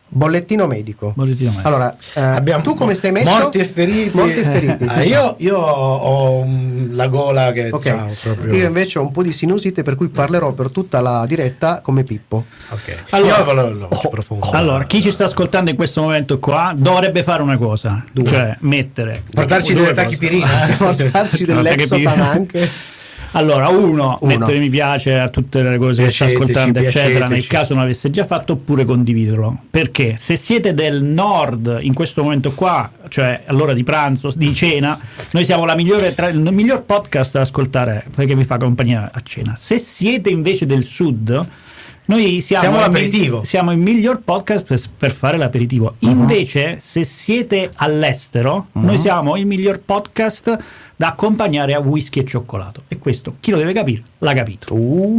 Bollettino medico. Allora, abbiamo tu come sei messo? Morti e feriti. Io ho la gola che proprio. Io invece ho un po' di sinusite, per cui parlerò per tutta la diretta come Pippo. Ok. Allora, chi ci sta ascoltando in questo momento qua dovrebbe fare una cosa, cioè portarci delle tachipirine, portarci dell'Exotan anche. Allora, uno, mettere mi piace a tutte le cose che sta ascoltando, eccetera, nel caso non avesse già fatto, oppure condividerlo. Perché se siete del nord in questo momento qua, cioè all'ora di pranzo, di cena, noi siamo il miglior podcast da ascoltare perché vi fa compagnia a cena. Se siete invece del sud, noi siamo l'aperitivo. Siamo il miglior podcast per fare l'aperitivo. Invece, se siete all'estero, noi siamo il miglior podcast da accompagnare a whisky e cioccolato. E questo, chi lo deve capire, l'ha capito.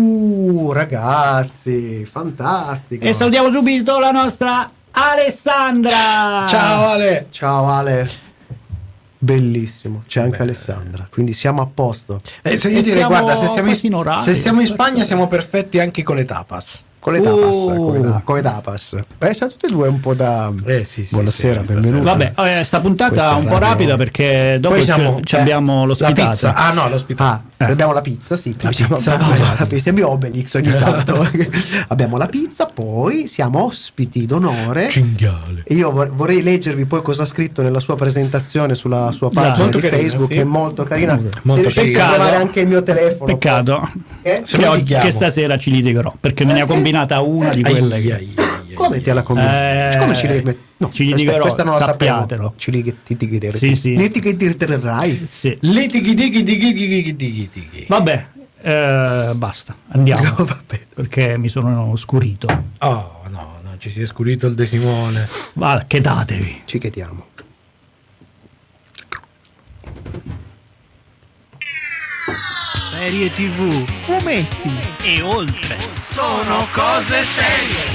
Ragazzi, fantastico. E salutiamo subito la nostra Alessandra. Ciao Ale. Bellissimo, c'è anche Alessandra, quindi siamo a posto. Se io direi, guarda, se siamo in Spagna siamo perfetti anche con le tapas. Con le tapas. Siamo tutti e due un po' da. Buonasera, benvenuti. Vabbè, sta puntata un po' rapida perché dopo abbiamo l'ospitata. L'ospitata. Abbiamo la pizza, sì. Siamo Obelix ogni tanto. Abbiamo la pizza, poi siamo ospiti d'onore. Cinghiale. E io vorrei leggervi poi cosa ha scritto nella sua presentazione sulla sua pagina di Facebook, che è molto carina. Molto se riesci a trovare anche il mio telefono. Peccato che stasera ci litigherò, perché me ne ha combinata una di quelle che. Come te la combini? Come ci devi mettere? No, ci litigherò, questa non la sappiatelo. Ci litigheremo. Sì. Litigherai. Sì. Litighi. Vabbè, basta, andiamo. Perché mi sono scurito. Oh no, ci si è scurito il De Simone. Va, chetatevi. Ci chetiamo. Serie TV, fumetti e oltre. Sono cose serie.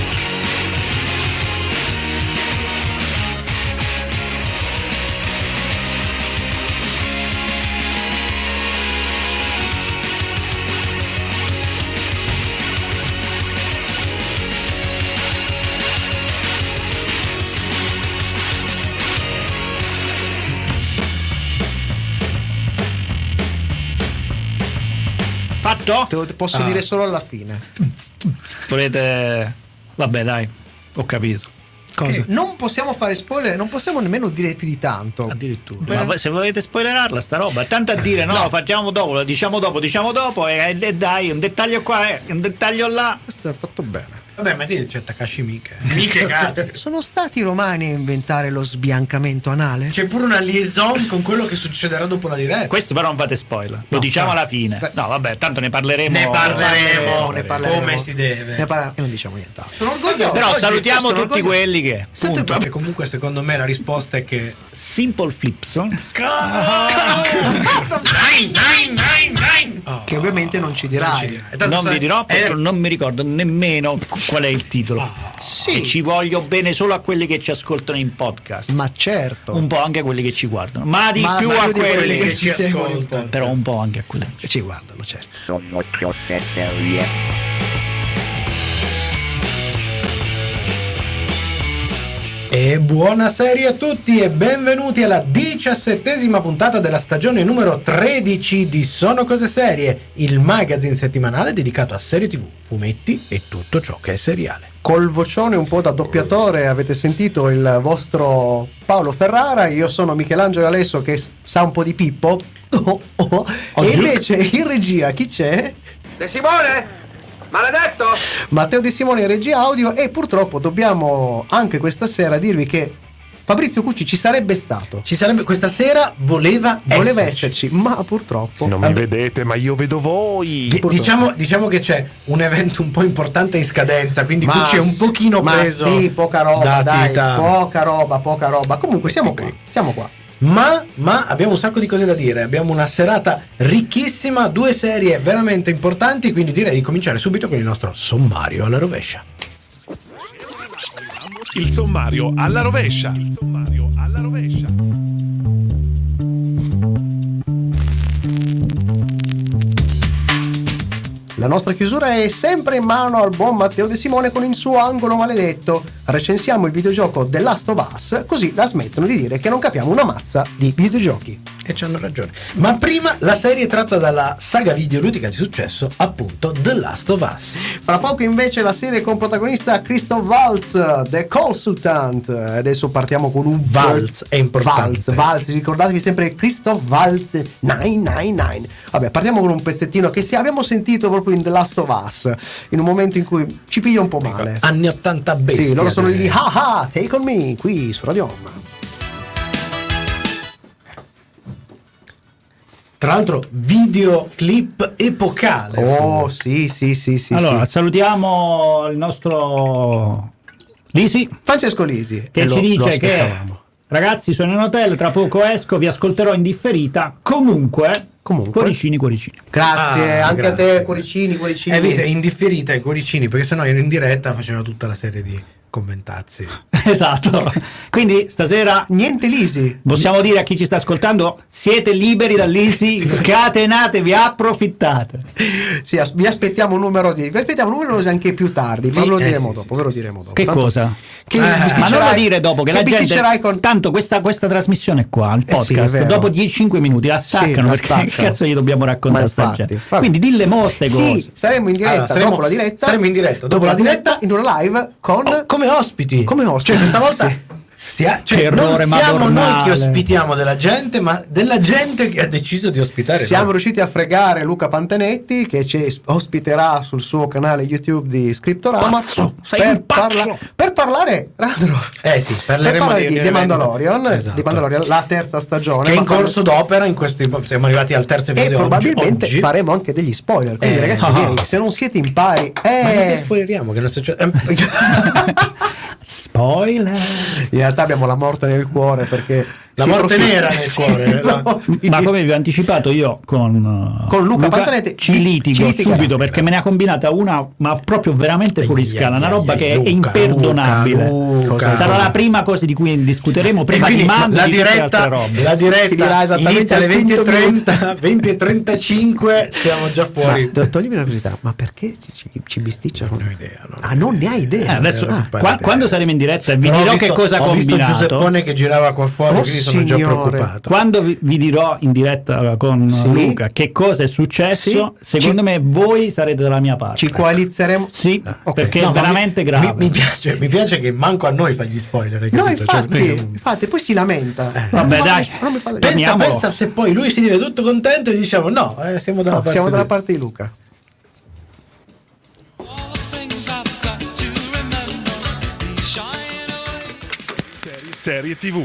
Fatto? Te lo posso dire solo alla fine. Volete? Vabbè, dai, ho capito. Cosa? Non possiamo fare spoiler, non possiamo nemmeno dire più di tanto. Addirittura. Ma se volete spoilerarla sta roba, tanto a dire no, facciamo dopo, lo diciamo dopo e dai, un dettaglio qua, un dettaglio là. Questo è fatto bene. Vabbè, ma c'è Takashi Miike cazzo. Sono stati i romani a inventare lo sbiancamento anale? C'è pure una liaison con quello che succederà dopo la diretta. Questo però non fate spoiler, lo diciamo alla fine. No, vabbè, tanto ne parleremo. Ne parleremo come si deve. E non diciamo nientant'altro. Però salutiamo tutti quelli che. E comunque secondo me la risposta è che Simple Flips che ovviamente non ci dirai. Non vi dirò perché non mi ricordo nemmeno qual è il titolo. Sì. E ci voglio bene solo a quelli che ci ascoltano in podcast. Ma certo. Un po' anche a quelli che ci guardano. Ma di più a quelli che ci ascoltano. Però un po' anche a quelli che ci guardano, certo. Sono cose serie. E buona serie a tutti e benvenuti alla 17ª puntata della stagione numero 13 di Sono Cose Serie, il magazine settimanale dedicato a serie TV, fumetti e tutto ciò che è seriale. Col vocione un po' da doppiatore avete sentito il vostro Paolo Ferrara, io sono Michelangelo Alesso che sa un po' di Pippo. E invece in regia chi c'è? De Simone! Maledetto! Matteo De Simone in regia audio, e purtroppo dobbiamo anche questa sera dirvi che Fabrizio Cucci ci sarebbe stato. Questa sera voleva esserci, ma purtroppo non mi vedete, ma io vedo voi. Diciamo che c'è un evento un po' importante in scadenza, quindi Cucci è un pochino preso. Ma sì, poca roba, dai, poca roba. Comunque siamo qua. Ma abbiamo un sacco di cose da dire, abbiamo una serata ricchissima, 2 serie veramente importanti, quindi direi di cominciare subito con il nostro sommario alla rovescia. Il sommario alla rovescia. La nostra chiusura è sempre in mano al buon Matteo De Simone con il suo angolo maledetto. Recensiamo il videogioco The Last of Us, così la smettono di dire che non capiamo una mazza di videogiochi. E ci hanno ragione. Ma prima la serie tratta dalla saga videoludica di successo, appunto The Last of Us. Fra poco invece la serie con protagonista Christoph Waltz, The Consultant. Adesso partiamo con un Waltz è importante. Waltz, ricordatevi sempre Christoph Waltz 999. Vabbè, partiamo con un pezzettino che abbiamo sentito proprio in The Last of Us, in un momento in cui ci piglia un po' male. Anni 80 bestia. Sì, loro sono gli Haha, Take On Me, qui su Radio Home. Tra l'altro videoclip epocale. Oh, sì. Allora, salutiamo il nostro Lisi, Francesco Lisi, che ci dice che ragazzi, sono in hotel, tra poco esco, vi ascolterò in differita. Comunque cuoricini. Grazie, anche a te, cuoricini. In differita i cuoricini, perché sennò in diretta faceva tutta la serie di commentazzi. Esatto. Quindi stasera niente Lisi. Possiamo dire a chi ci sta ascoltando: siete liberi da Lisi, scatenatevi, approfittate. Sì, vi aspettiamo un numero anche più tardi, ma ve lo diremo dopo. Che tanto, cosa? Che ma non lo dire dopo, che la gente tanto questa trasmissione qua, il podcast, dopo 5 minuti la staccano, perché che cazzo gli dobbiamo raccontare sta gente? Quindi dille molte cose. Sì, saremo in diretta dopo la diretta. Saremo in diretta dopo la diretta in una live con come ospiti. Cioè questa volta non siamo noi che ospitiamo della gente, ma della gente che ha deciso di ospitare. Siamo riusciti a fregare Luca Pantanetti, che ci ospiterà sul suo canale YouTube di Scriptorama per parlare parleremo di The Mandalorian, esatto. di Mandalorian, la terza stagione che è in corso d'opera. Siamo arrivati al terzo episodio e probabilmente oggi. Faremo anche degli spoiler, quindi ragazzi, se non siete in pari ma che spoileriamo che non succede. Spoiler. In realtà abbiamo la morte nel cuore, perché la morte nera nel cuore. Ma come vi ho anticipato io con Luca Pantanetti ci litigo subito, perché me ne ha combinata una, ma proprio veramente fuori scala, una roba che è imperdonabile. Luca. Sarà la prima cosa di cui discuteremo prima di Mando. La diretta inizia alle 20:30, 20:35 siamo già fuori. Toglimi una curiosità, ma perché ci bisticciano? Non ho idea. Non ne hai idea? Adesso quando saremo in diretta vi dirò che cosa ha combinato. Ho visto Giuseppone che girava qua fuori, quindi sono già preoccupato. Quando vi dirò in diretta con Luca che cosa è successo, secondo me voi sarete dalla mia parte. Ci coalizzeremo? Sì, perché è veramente grave. Mi piace che manco a noi fa gli spoiler. No, infatti, poi si lamenta. Vabbè, dai. Pensa se poi lui si diventa tutto contento e diciamo no, siamo dalla parte di Luca. Serie TV.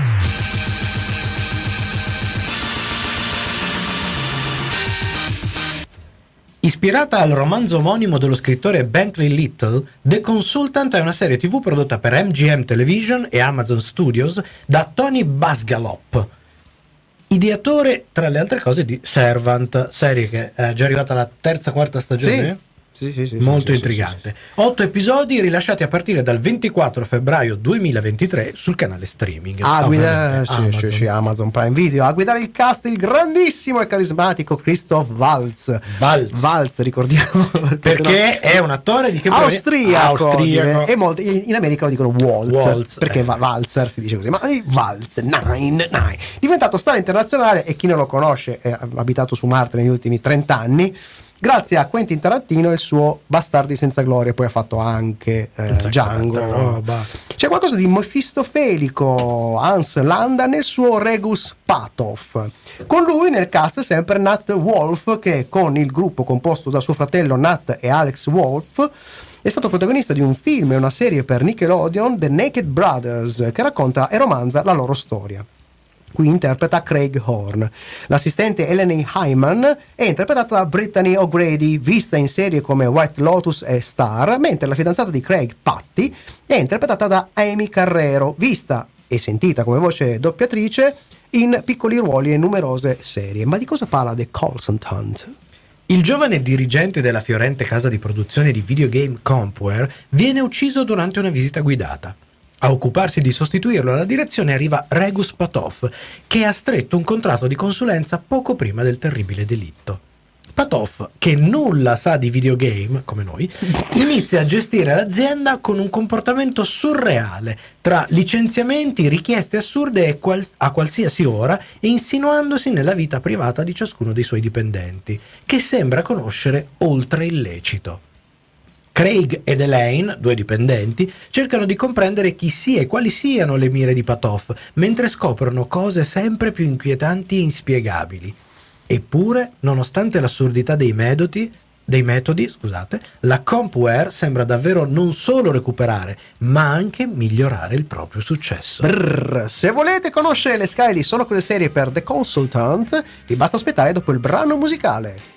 Ispirata al romanzo omonimo dello scrittore Bentley Little, The Consultant è una serie TV prodotta per MGM Television e Amazon Studios da Tony Basgalop, ideatore tra le altre cose di Servant, serie che è già arrivata alla quarta stagione. Sì, molto intrigante. 8 episodi rilasciati a partire dal 24 febbraio 2023 sul canale streaming. Amazon Prime Video. A guidare il cast il grandissimo e carismatico Christoph Waltz, ricordiamo, perché è un attore di che austriaco. E molti in America lo dicono Waltz perché Walzer si dice così, ma Waltz 999, diventato star internazionale, e chi non lo conosce è abitato su Marte negli ultimi 30 anni grazie a Quentin Tarantino e il suo Bastardi senza gloria. Poi ha fatto anche Django. C'è qualcosa di mefistofelico Hans Landa nel suo Regus Patov. Con lui nel cast sempre Nat Wolff, che con il gruppo composto da suo fratello Nat e Alex Wolff è stato protagonista di un film e una serie per Nickelodeon, The Naked Brothers, che racconta e romanza la loro storia. Qui interpreta Craig Horn. L'assistente Eleni Hyman è interpretata da Brittany O'Grady, vista in serie come White Lotus e Star, mentre la fidanzata di Craig, Patty, è interpretata da Amy Carrero, vista e sentita come voce doppiatrice in piccoli ruoli e numerose serie. Ma di cosa parla The Consultant? Il giovane dirigente della fiorente casa di produzione di videogame Compware viene ucciso durante una visita guidata. A occuparsi di sostituirlo alla direzione arriva Regus Patov, che ha stretto un contratto di consulenza poco prima del terribile delitto. Patoff, che nulla sa di videogame, come noi, inizia a gestire l'azienda con un comportamento surreale, tra licenziamenti, richieste assurde a qualsiasi ora e insinuandosi nella vita privata di ciascuno dei suoi dipendenti, che sembra conoscere oltre il lecito. Craig ed Elaine, 2 dipendenti, cercano di comprendere chi sia e quali siano le mire di Patoff, mentre scoprono cose sempre più inquietanti e inspiegabili. Eppure, nonostante l'assurdità dei metodi, la Compware sembra davvero non solo recuperare, ma anche migliorare il proprio successo. Se volete conoscere le scale di Sono Cose Serie per The Consultant, vi basta aspettare dopo il brano musicale.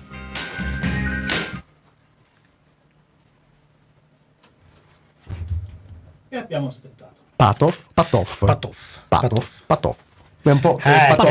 E abbiamo aspettato. Patoff. È un po'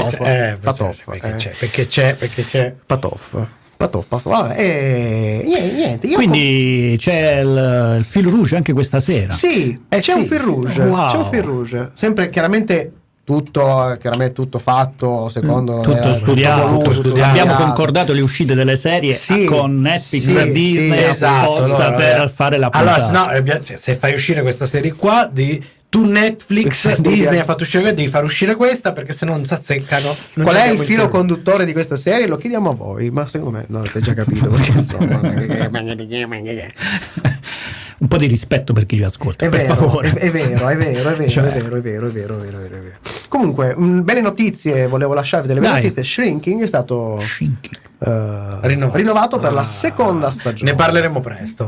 perché c'è. Patoff. Vabbè, niente. Quindi c'è il fil rouge anche questa sera. Sì, c'è un fil rouge. Wow. C'è un fil rouge. Sempre chiaramente tutto fatto secondo tutto studiato. Abbiamo concordato le uscite delle serie con Netflix, Disney apposta per fare la puntata. Allora, se fai uscire questa serie qua tu Netflix, Disney ha fatto uscire, devi far uscire questa, perché se no non si azzeccano. Qual è il filo conduttore di questa serie? Lo chiediamo a voi, ma secondo me avete già capito, perché insomma un po' di rispetto per chi ci ascolta, per favore. È vero. Comunque, belle notizie, volevo lasciare delle belle notizie. Shrinking è stato rinnovato per la seconda stagione. Ne parleremo presto.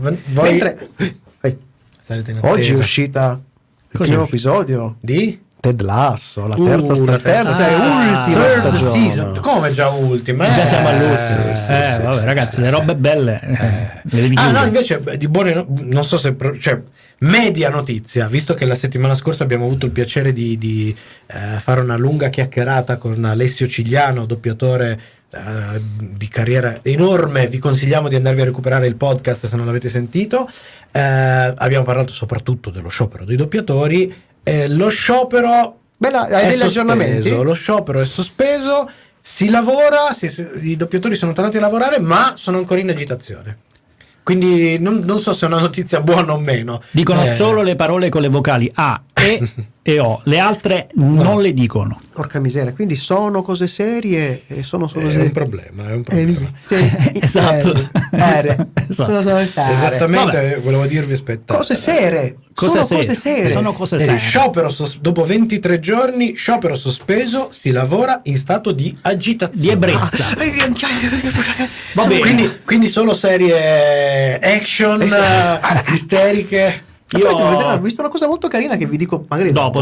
Oggi è uscita il primo episodio di Ted Lasso, la terza e ultima stagione. Season. Come già ultima? Già siamo all'ultimo. Vabbè, ragazzi, le robe belle le devi chiudere. No, invece di buone, non so se media notizia, visto che la settimana scorsa abbiamo avuto il piacere di fare una lunga chiacchierata con Alessio Cigliano, doppiatore di carriera enorme. Vi consigliamo di andarvi a recuperare il podcast se non l'avete sentito. Abbiamo parlato soprattutto dello sciopero dei doppiatori. Lo sciopero hai degli aggiornamenti? Lo sciopero è sospeso, si lavora, i doppiatori sono tornati a lavorare, ma sono ancora in agitazione. Quindi non so se è una notizia buona o meno. Dicono solo le parole con le vocali A, E e O, le altre non le dicono. Porca miseria, quindi sono cose serie e sono solo è un problema. Esatto. Esattamente. Vabbè. Volevo dirvi, aspetta. Cose serie. Sono cose serie. Sciopero dopo 23 giorni, sciopero sospeso, si lavora in stato di agitazione. Di ebbrezza. Va bene. Quindi solo serie action, isteriche. Ho visto una cosa molto carina che vi dico magari dopo.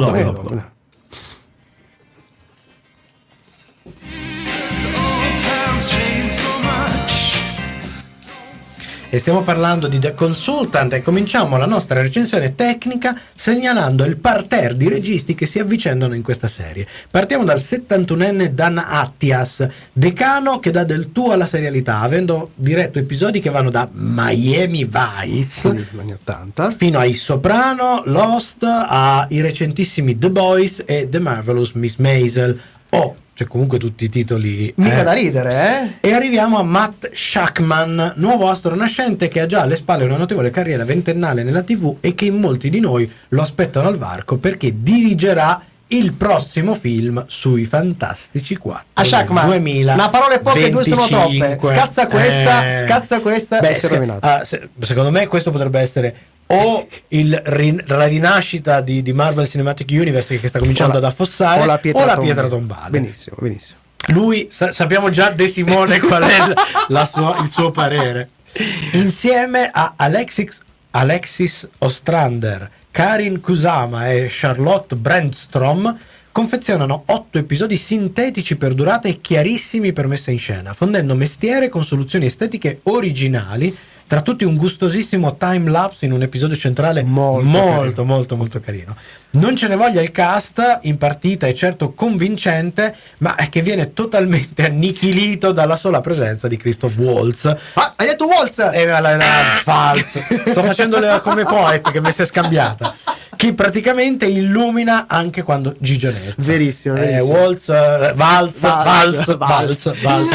E stiamo parlando di The Consultant e cominciamo la nostra recensione tecnica segnalando il parterre di registi che si avvicendano in questa serie. Partiamo dal 71enne Dan Attias, decano che dà del tuo alla serialità, avendo diretto episodi che vanno da Miami Vice anni 80 fino ai Soprano, Lost, ai recentissimi The Boys e The Marvelous Miss Maisel. Cioè comunque tutti i titoli mica da ridere, E arriviamo a Matt Shakman, nuovo astro nascente che ha già alle spalle una notevole carriera ventennale nella TV e che in molti di noi lo aspettano al varco perché dirigerà il prossimo film sui Fantastici 4 a Shakman 2000. Ma parole poche, 2 sono troppe. Scazza questa e si è rovinato. Secondo me questo potrebbe essere o la rinascita di Marvel Cinematic Universe che sta cominciando ad affossare, o la pietra tombale. Benissimo. Lui sappiamo già De Simone qual è il suo parere. Insieme a Alexis Ostrander, Karin Kusama e Charlotte Brandstrom confezionano 8 episodi sintetici per durata e chiarissimi per messa in scena, fondendo mestiere con soluzioni estetiche originali, tra tutti un gustosissimo time lapse in un episodio centrale molto carino. Non ce ne voglia il cast, in partita è certo convincente, ma è che viene totalmente annichilito dalla sola presenza di Christoph Waltz. Ah, hai detto Waltz? Falso. Sto facendo come Poet che mi si è scambiata. che praticamente illumina anche quando Gigionetto. Verissimo. Valz.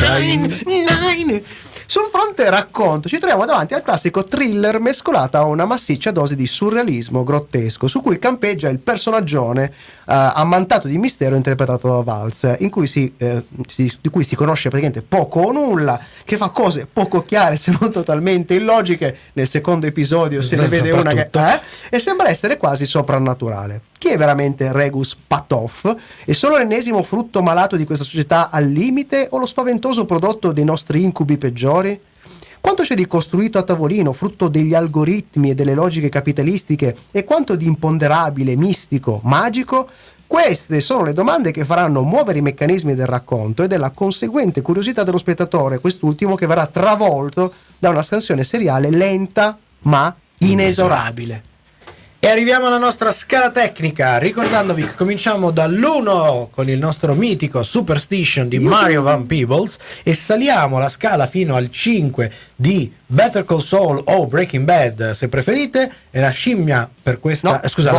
Sul fronte racconto ci troviamo davanti al classico thriller mescolato a una massiccia dose di surrealismo grottesco, su cui campeggia il personaggione ammantato di mistero interpretato da Valz, di cui si conosce praticamente poco o nulla, che fa cose poco chiare se non totalmente illogiche. Nel secondo episodio se ne vede una che e sembra essere quasi soprannaturale. Chi è veramente Regus Patov? È solo l'ennesimo frutto malato di questa società al limite o lo spaventoso prodotto dei nostri incubi peggiori? Quanto c'è di costruito a tavolino, frutto degli algoritmi e delle logiche capitalistiche, e quanto di imponderabile, mistico, magico? Queste sono le domande che faranno muovere i meccanismi del racconto e della conseguente curiosità dello spettatore, quest'ultimo che verrà travolto da una scansione seriale lenta ma inesorabile. E arriviamo alla nostra scala tecnica, ricordandovi che cominciamo dall'1 con il nostro mitico Superstition di Mario Van Peebles e saliamo la scala fino al 5 di Better Call Saul o Breaking Bad, se preferite, e la scimmia per questa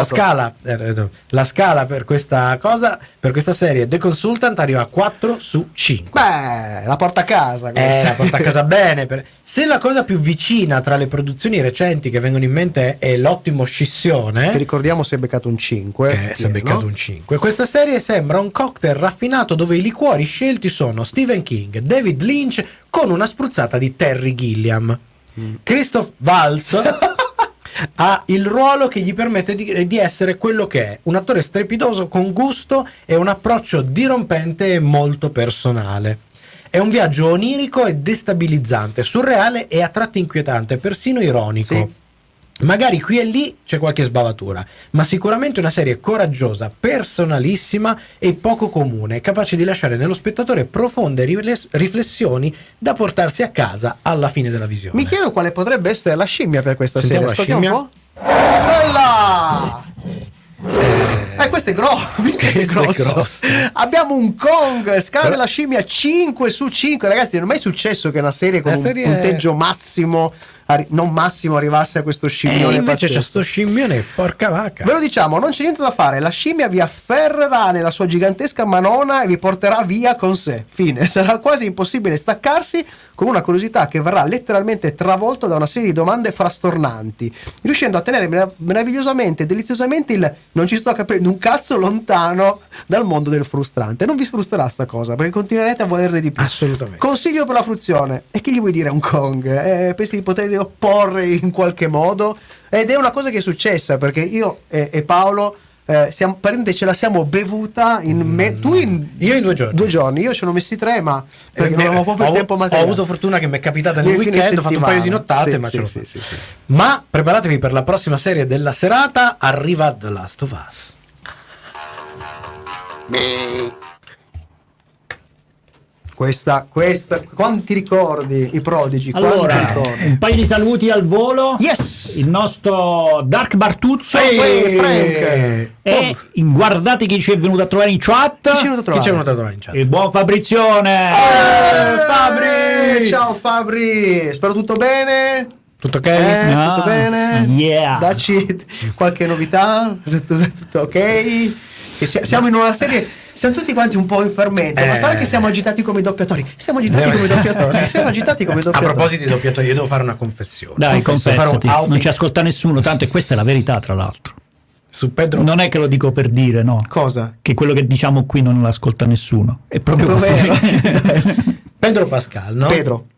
la scala per questa cosa, per questa serie The Consultant arriva a 4 su 5. Beh, la porta a casa la porta a casa bene. Se la cosa più vicina tra le produzioni recenti che vengono in mente è l'ottimo Scissione, ti ricordiamo si è beccato un 5, si è beccato un 5. Questa serie sembra un cocktail raffinato dove i liquori scelti sono Stephen King, David Lynch con una spruzzata di Terry Gilliam. Christoph Waltz ha il ruolo che gli permette di essere quello che è, un attore strepidoso con gusto e un approccio dirompente e molto personale. È un viaggio onirico e destabilizzante, surreale e a tratti inquietante, persino ironico. Sì. Magari qui e lì c'è qualche sbavatura, ma sicuramente una serie coraggiosa, personalissima e poco comune, capace di lasciare nello spettatore profonde riflessioni da portarsi a casa alla fine della visione. Mi chiedo quale potrebbe essere la scimmia per questa serie. Ascoltiamo un po'. Bella! Questo è grosso. Abbiamo un Kong, scala della scimmia 5 su 5. Ragazzi, non è mai successo che una serie con un punteggio massimo, non massimo, arrivasse a questo scimmione. Invece c'è sto scimmione, porca vacca. Ve lo diciamo, non c'è niente da fare. La scimmia vi afferrerà nella sua gigantesca manona e vi porterà via con sé. Fine. Sarà quasi impossibile staccarsi, con una curiosità che verrà letteralmente travolta da una serie di domande frastornanti, riuscendo a tenere meravigliosamente e deliziosamente il non ci sto capendo un cazzo lontano dal mondo del frustrante. Non vi frustrerà sta cosa, perché continuerete a volerne di più. Assolutamente. Consiglio per la fruizione. E che gli vuoi dire a un Kong? Pensi di poter opporre in qualche modo? Ed è una cosa che è successa, perché io e Paolo ce la siamo bevuta io in 2 giorni. 2 giorni, io ce l'ho messi 3, ma perché non avevo proprio il tempo materiale. Ho avuto fortuna che mi è capitata nel weekend, ho fatto un paio di nottate, ma ce l'ho fatta. Ma preparatevi per la prossima serie della serata, arriva The Last of Us. Questa, quanti ricordi, i prodigi, allora, quanti ricordi. Un paio di saluti al volo. Yes! Il nostro Dark Bartuzzo Frank. E guardate chi ci è venuto a trovare in chat. Chi ci è venuto a trovare in chat? Il buon Fabrizione. Fabri! Ciao Fabri! Spero tutto bene? Tutto ok? Tutto bene? Yeah. Dacci qualche novità? Tutto ok? Siamo in una serie, siamo tutti quanti un po' in fermento, ma sarà che siamo agitati come doppiatori? Siamo agitati come doppiatori. A proposito di doppiatori, io devo fare una confessione. Dai, confessati, non ci ascolta nessuno, tanto e questa è la verità, tra l'altro. Su Pedro. Non è che lo dico per dire, no. Cosa? Che quello che diciamo qui non l'ascolta nessuno. È proprio così. Pedro Pascal, no? Pedro.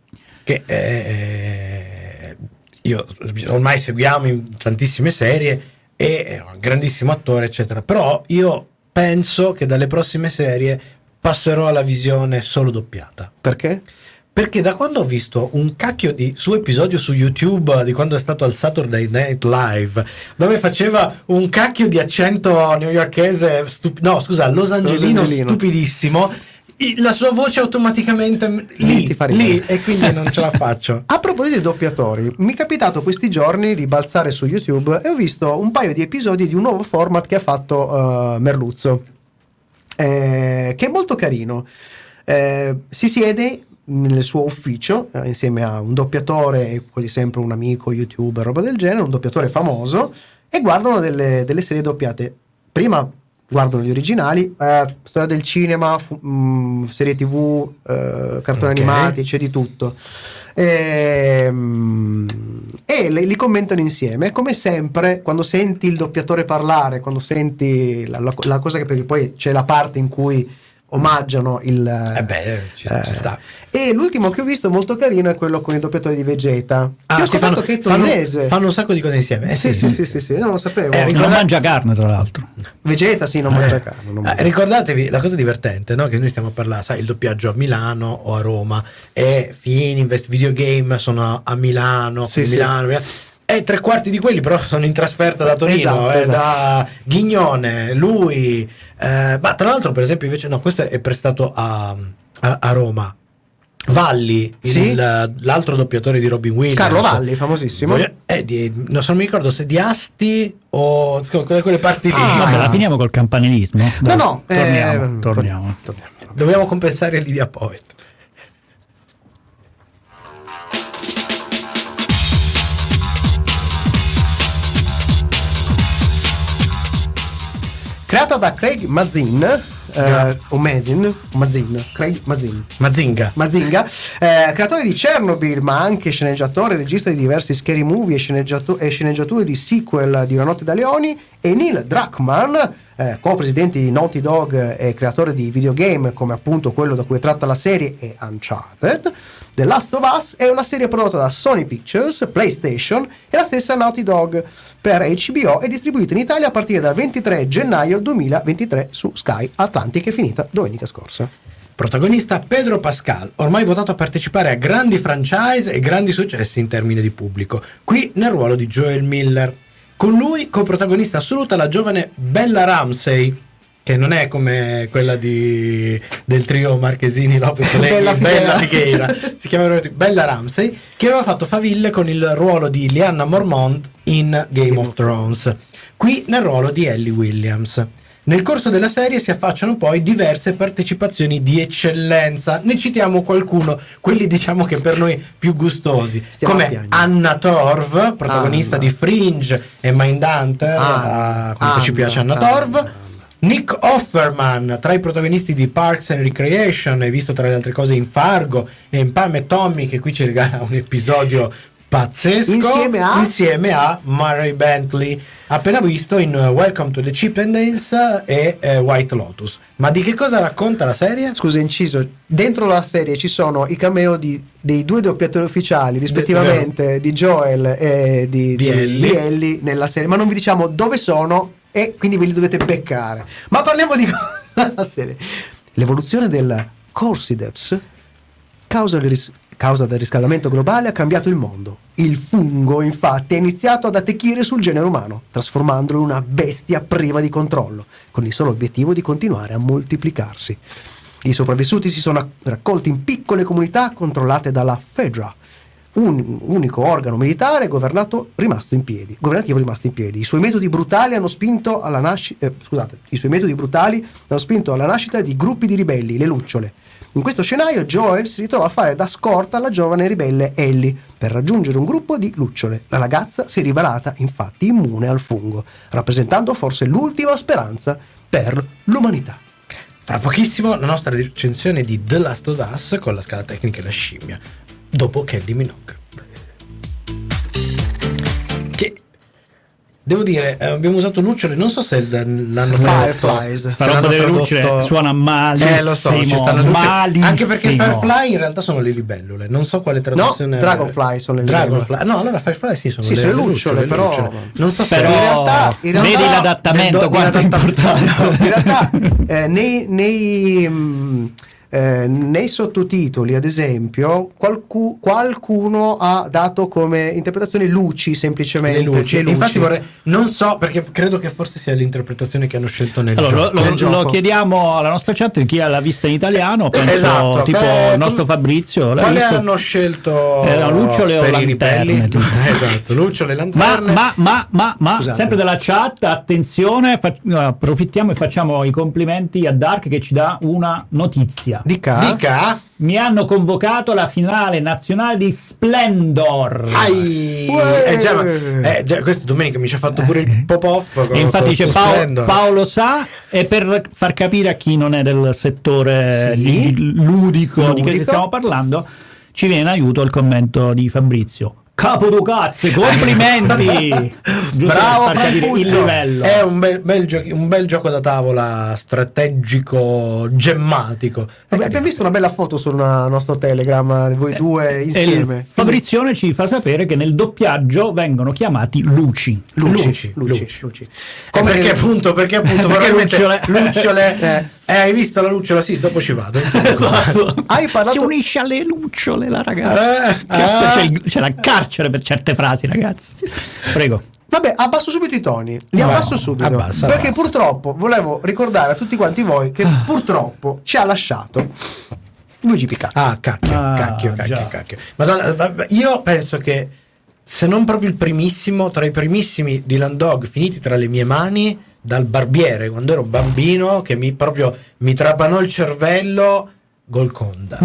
Che io ormai seguiamo in tantissime serie, è un grandissimo attore, eccetera. Però io penso che dalle prossime serie passerò alla visione solo doppiata. Perché? Perché da quando ho visto un cacchio di suo episodio su YouTube, di quando è stato al Saturday Night Live, dove faceva un cacchio di accento newyorkese, losangelino stupidissimo, la sua voce automaticamente lì e quindi non ce la faccio. A proposito di doppiatori, mi è capitato questi giorni di balzare su YouTube e ho visto un paio di episodi di un nuovo format che ha fatto Merluzzo, che è molto carino. Si siede nel suo ufficio insieme a un doppiatore e quasi sempre un amico youtuber, roba del genere, un doppiatore famoso, e guardano delle serie doppiate. Prima guardano gli originali, storia del cinema, serie TV, cartoni animati, c'è di tutto. E li commentano insieme. Come sempre, quando senti il doppiatore parlare, quando senti la cosa che poi c'è la parte in cui omaggiano il ci sta. E l'ultimo che ho visto molto carino è quello con il doppiatore di Vegeta. Io ho scoperto che è torinese. Fanno un sacco di cose insieme. Sì, non lo sapevo. Non mangia carne, tra l'altro. Vegeta non mangia carne. Ricordatevi la cosa divertente, no? Che noi stiamo a parlare, sai, il doppiaggio a Milano o a Roma, e Fininvest Videogame sono a Milano, Milano. E 3/4 di quelli però sono in trasferta da Torino, esatto. Da Ghignone, lui. Ma tra l'altro, per esempio, invece, no, questo è prestato a Roma. Valli, l'altro doppiatore di Robin Williams, Carlo Valli, famosissimo. Non mi ricordo se di Asti o quelle parti lì. Vabbè, la finiamo col campanilismo. No, torniamo. Dobbiamo compensare Lydia Poet. Creata da Craig Mazin, Mazinga, creatore di Chernobyl, ma anche sceneggiatore e regista di diversi scary movie e sceneggiature di sequel di Una notte da leoni, e Neil Druckmann, co-presidente di Naughty Dog e creatore di videogame come appunto quello da cui è tratta la serie e Uncharted. The Last of Us è una serie prodotta da Sony Pictures, PlayStation e la stessa Naughty Dog per HBO, e distribuita in Italia a partire dal 23 gennaio 2023 su Sky Atlantic, che è finita domenica scorsa. Protagonista Pedro Pascal, ormai votato a partecipare a grandi franchise e grandi successi in termini di pubblico, qui nel ruolo di Joel Miller. Con lui coprotagonista assoluta la giovane Bella Ramsey, che non è come quella del trio Marchesini, Lopez, Bella Figueira, si chiama Bella Ramsey, che aveva fatto faville con il ruolo di Lyanna Mormont in Game of Thrones, qui nel ruolo di Ellie Williams. Nel corso della serie si affacciano poi diverse partecipazioni di eccellenza. Ne citiamo qualcuno, quelli diciamo che per noi più gustosi, come Anna Torv, protagonista di Fringe e Mindhunter, quanto ci piace Anna Torv. Nick Offerman, tra i protagonisti di Parks and Recreation, e visto tra le altre cose in Fargo e in Pam e Tommy, che qui ci regala un episodio pazzesco, insieme a Murray Bentley, appena visto in Welcome to the Chippendales e White Lotus. Ma di che cosa racconta la serie? Scusa, inciso, dentro la serie ci sono i cameo dei due doppiatori ufficiali rispettivamente di Joel e di Ellie nella serie, ma non vi diciamo dove sono e quindi ve li dovete beccare. Ma parliamo di la serie. L'evoluzione del Cordyceps causa del riscaldamento globale ha cambiato il mondo. Il fungo, infatti, ha iniziato ad attecchire sul genere umano, trasformandolo in una bestia priva di controllo, con il solo obiettivo di continuare a moltiplicarsi. I sopravvissuti si sono raccolti in piccole comunità controllate dalla Fedra, un unico organo militare governativo rimasto in piedi. I suoi metodi brutali hanno spinto alla nascita di gruppi di ribelli, le lucciole. In questo scenario Joel si ritrova a fare da scorta alla giovane ribelle Ellie per raggiungere un gruppo di lucciole. La ragazza si è rivelata infatti immune al fungo, rappresentando forse l'ultima speranza per l'umanità. Fra pochissimo la nostra recensione di The Last of Us con la scala tecnica e la scimmia, dopo Kylie Minogue. Che devo dire, abbiamo usato lucciole, non so se l'hanno Fireflies. Tradotto, delle lucciole suona malissimo. Lo so, ci stanno malissimo. Anche perché Firefly in realtà sono le libellule. Non so quale traduzione. No, Dragonfly sono le libellule. No, allora Firefly sono le lucciole, però non so se però in realtà vedi l'adattamento quanto è importante. In realtà nei sottotitoli, ad esempio, qualcuno ha dato come interpretazione luci, semplicemente. Le luci. Infatti non so, perché credo che forse sia l'interpretazione che hanno scelto nel gioco. Lo chiediamo alla nostra chat, chi l'ha vista in italiano, penso, esatto, tipo il nostro Fabrizio. Quale hanno scelto? Lucciole o lanterne? Esatto, lucciole e lanterne. Ma sempre della chat, attenzione, approfittiamo e facciamo i complimenti a Dark che ci dà una notizia. Dica. Mi hanno convocato alla finale nazionale di Splendor. Questa domenica mi ci ha fatto pure il pop-off. E infatti c'è Paolo Sa, e per far capire a chi non è del settore ludico di cui stiamo parlando, ci viene in aiuto il commento di Fabrizio. Capo du cazzo, complimenti! Bravo, per capire il livello. È un bel gioco da tavola strategico gemmatico. Abbiamo visto una bella foto sul nostro Telegram di voi due insieme. Fabrizione ci fa sapere che nel doppiaggio vengono chiamati Luci. Perché appunto probabilmente Lucciole. Hai visto la lucciola? Sì, dopo ci vado. Esatto. Si unisce alle lucciole la ragazza. C'è la carcere per certe frasi, ragazzi. Prego. Vabbè, abbasso subito i toni. Li abbasso subito. Perché purtroppo volevo ricordare a tutti quanti voi che purtroppo ci ha lasciato Luigi Picasso. Cacchio. Madonna, io penso che se non proprio il primissimo, tra i primissimi Dylan Dog finiti tra le mie mani, dal barbiere quando ero bambino, che mi trapanò il cervello, Golconda.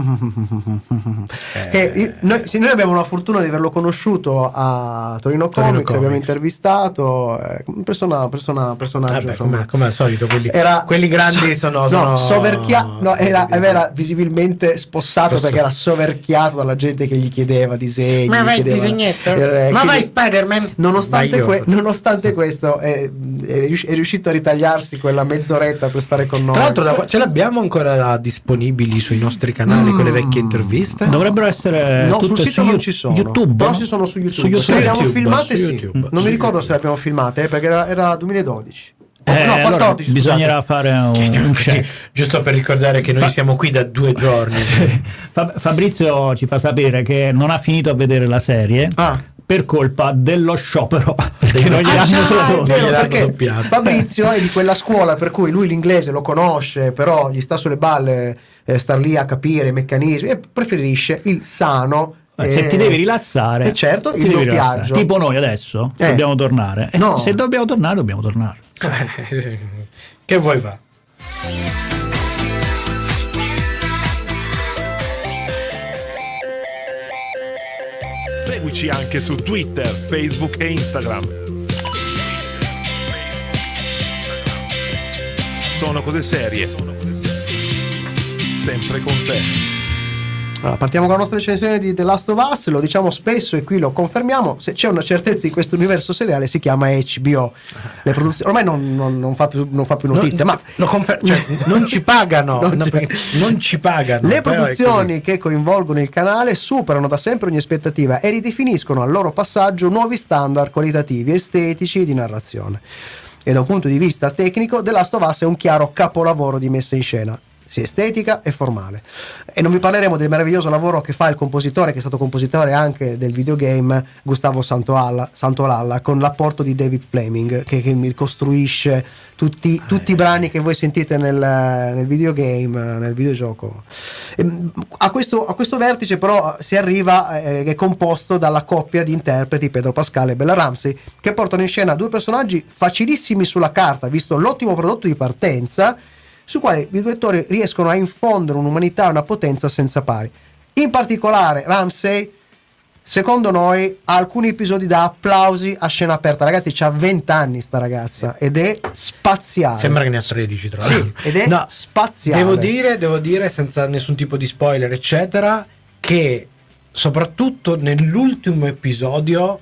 Noi abbiamo la fortuna di averlo conosciuto a Torino Comics, l'abbiamo intervistato, un personaggio. Come al solito quelli grandi sono era visibilmente spossato perché era soverchiato dalla gente che gli chiedeva disegni. Ma vai disegnetto? Ma vai Spider-Man? Nonostante questo è riuscito a ritagliarsi quella mezz'oretta per stare con noi. Tra l'altro ce l'abbiamo ancora disponibile sui nostri canali con le vecchie interviste? Dovrebbero essere sul sito non ci sono. YouTube, però ci sono su YouTube. Se le abbiamo filmate, sì. Non mi ricordo se le abbiamo filmate, perché era 2012. No, 14. Bisognerà fare un check. Giusto per ricordare che noi siamo qui da 2 giorni. Fabrizio ci fa sapere che non ha finito a vedere la serie. Per colpa dello sciopero, perché non gliel'hanno tradotto. Perché Fabrizio è di quella scuola per cui lui l'inglese lo conosce, però gli sta sulle balle star lì a capire i meccanismi e preferisce il sano. Se ti devi rilassare, certo, il doppiaggio. Tipo noi adesso dobbiamo tornare. No. Se dobbiamo tornare, dobbiamo tornare. Che vuoi fare? Seguici anche su Twitter, Facebook e Instagram. Sono cose serie. Sempre con te. Allora, partiamo con la nostra recensione di The Last of Us. Lo diciamo spesso e qui lo confermiamo: se c'è una certezza in questo universo seriale si chiama HBO. Le produzioni ormai non fa più notizia, ma non ci pagano. Non ci pagano. Le produzioni che coinvolgono il canale superano da sempre ogni aspettativa e ridefiniscono al loro passaggio nuovi standard qualitativi, estetici e di narrazione. E da un punto di vista tecnico, The Last of Us è un chiaro capolavoro di messa in scena, sia estetica e formale. E non vi parleremo del meraviglioso lavoro che fa il compositore, che è stato compositore anche del videogame, Gustavo Santaolalla, con l'apporto di David Fleming, che mi ricostruisce tutti i brani che voi sentite nel videogame, nel videogioco. A questo vertice però si arriva, è composto dalla coppia di interpreti Pedro Pascal e Bella Ramsey, che portano in scena 2 personaggi facilissimi sulla carta, visto l'ottimo prodotto di partenza, su quale i 2 attori riescono a infondere un'umanità e una potenza senza pari. In particolare Ramsey, secondo noi, ha alcuni episodi da applausi a scena aperta. Ragazzi, c'ha 20 anni sta ragazza ed è spaziale. Sembra che ne ha 13 tra l'altro. Sì, ed è spaziale. Devo dire senza nessun tipo di spoiler eccetera, che soprattutto nell'ultimo episodio,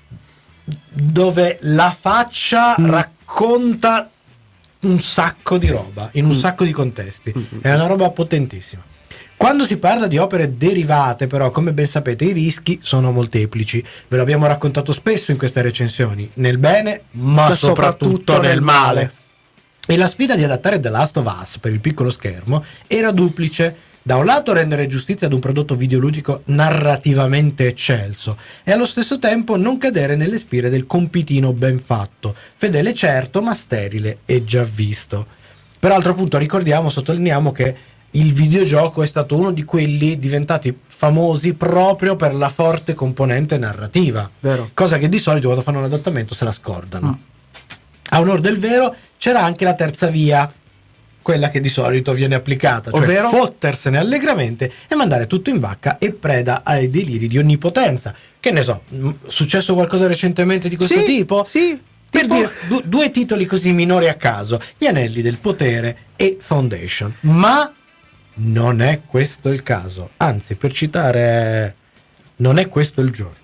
dove la faccia racconta un sacco di roba in un sacco di contesti, è una roba potentissima. Quando si parla di opere derivate, però, come ben sapete, i rischi sono molteplici. Ve l'abbiamo raccontato spesso in queste recensioni, nel bene ma soprattutto nel male. E la sfida di adattare The Last of Us per il piccolo schermo era duplice: da un lato rendere giustizia ad un prodotto videoludico narrativamente eccelso e allo stesso tempo non cadere nelle spire del compitino ben fatto, fedele certo ma sterile e già visto. Peraltro, appunto, sottolineiamo che il videogioco è stato uno di quelli diventati famosi proprio per la forte componente narrativa. Vero. Cosa che di solito quando fanno un adattamento se la scordano. A onor del vero c'era anche la terza via, quella che di solito viene applicata, cioè ovvero fottersene allegramente e mandare tutto in vacca e preda ai deliri di onnipotenza. Che ne so, successo qualcosa recentemente di questo tipo? Sì. Per dire due titoli così minori a caso, Gli Anelli del Potere e Foundation. Ma non è questo il caso. Anzi, per citare, non è questo il giorno.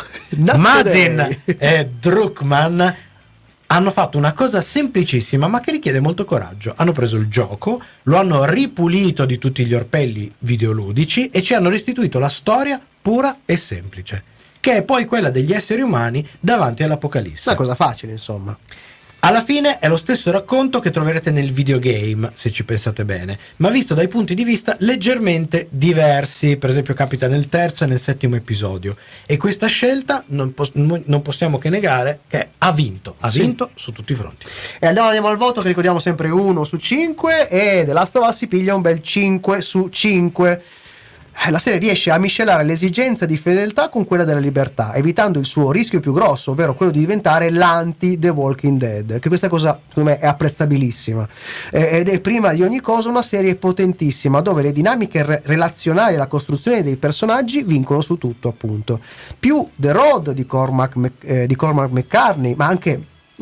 Mazin e Druckmann hanno fatto una cosa semplicissima ma che richiede molto coraggio. Hanno preso il gioco, lo hanno ripulito di tutti gli orpelli videoludici e ci hanno restituito la storia pura e semplice, che è poi quella degli esseri umani davanti all'apocalisse. Una cosa facile, insomma. Alla fine è lo stesso racconto che troverete nel videogame, se ci pensate bene, ma visto dai punti di vista leggermente diversi. Per esempio capita nel terzo e nel settimo episodio, e questa scelta non possiamo che negare che ha vinto su tutti i fronti. E andiamo al voto, che ricordiamo sempre 1 su 5, e The Last of Us si piglia un bel 5 su 5. La serie riesce a miscelare l'esigenza di fedeltà con quella della libertà, evitando il suo rischio più grosso, ovvero quello di diventare l'anti-The Walking Dead, che questa cosa secondo me è apprezzabilissima, ed è prima di ogni cosa una serie potentissima, dove le dinamiche relazionali e la costruzione dei personaggi vincono su tutto, appunto. Più The Road di Cormac McCarthy, ma anche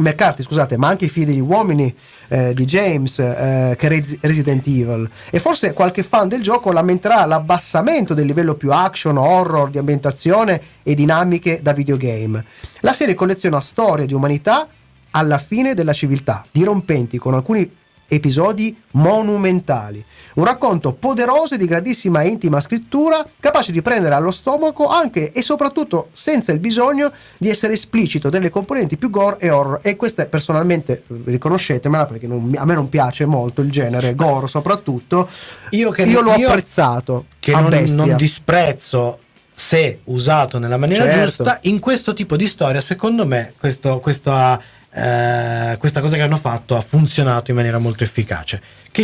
i figli degli uomini di James, che Resident Evil, e forse qualche fan del gioco lamenterà l'abbassamento del livello più action, horror, di ambientazione e dinamiche da videogame. La serie colleziona storie di umanità alla fine della civiltà, dirompenti con alcuni episodi monumentali, un racconto poderoso e di grandissima e intima scrittura, capace di prendere allo stomaco anche e soprattutto senza il bisogno di essere esplicito delle componenti più gore e horror. E queste personalmente riconoscetemela, perché a me non piace molto il genere gore, soprattutto io l'ho apprezzato, che non disprezzo se usato nella maniera giusta. In questo tipo di storia secondo me questa cosa che hanno fatto ha funzionato in maniera molto efficace. Che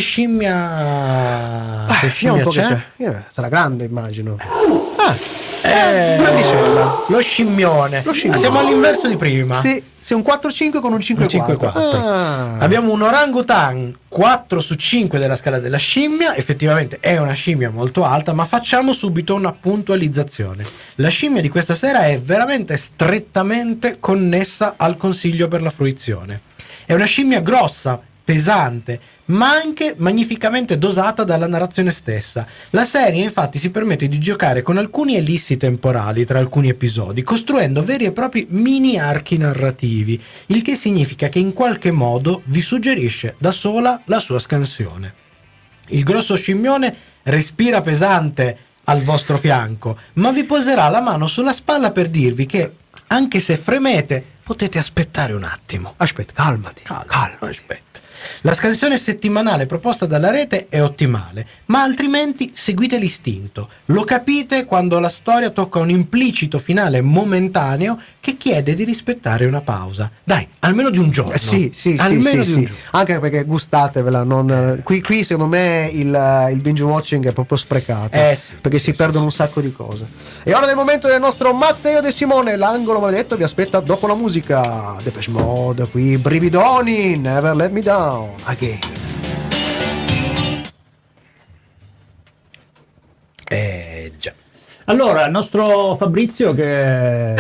scimmia c'è? Sarà grande, immagino. Lo scimmione. Siamo all'inverso di prima. Sì, un 4-5 con un 5-4. Abbiamo un orangutan 4 su 5 della scala della scimmia. Effettivamente è una scimmia molto alta, ma facciamo subito una puntualizzazione. La scimmia di questa sera è veramente strettamente connessa al consiglio per la fruizione. È una scimmia grossa, pesante, ma anche magnificamente dosata dalla narrazione stessa. La serie infatti si permette di giocare con alcuni ellissi temporali tra alcuni episodi, costruendo veri e propri mini archi narrativi, il che significa che in qualche modo vi suggerisce da sola la sua scansione. Il grosso scimmione respira pesante al vostro fianco, ma vi poserà la mano sulla spalla per dirvi che, anche se fremete, potete aspettare un attimo. Aspetta, calmati. Aspetta. La scansione settimanale proposta dalla rete è ottimale, ma altrimenti seguite l'istinto. Lo capite quando la storia tocca un implicito finale momentaneo che chiede di rispettare una pausa. Dai, almeno di un giorno. Sì. Anche perché gustatevela. Qui secondo me il binge watching è proprio sprecato. Perché si perdono un sacco di cose. E ora è il momento del nostro Matteo De Simone. L'angolo maledetto vi aspetta dopo la musica. Depeche Mode, qui brividoni, Never Let Me Down. Again. Già. Allora, il nostro Fabrizio, che è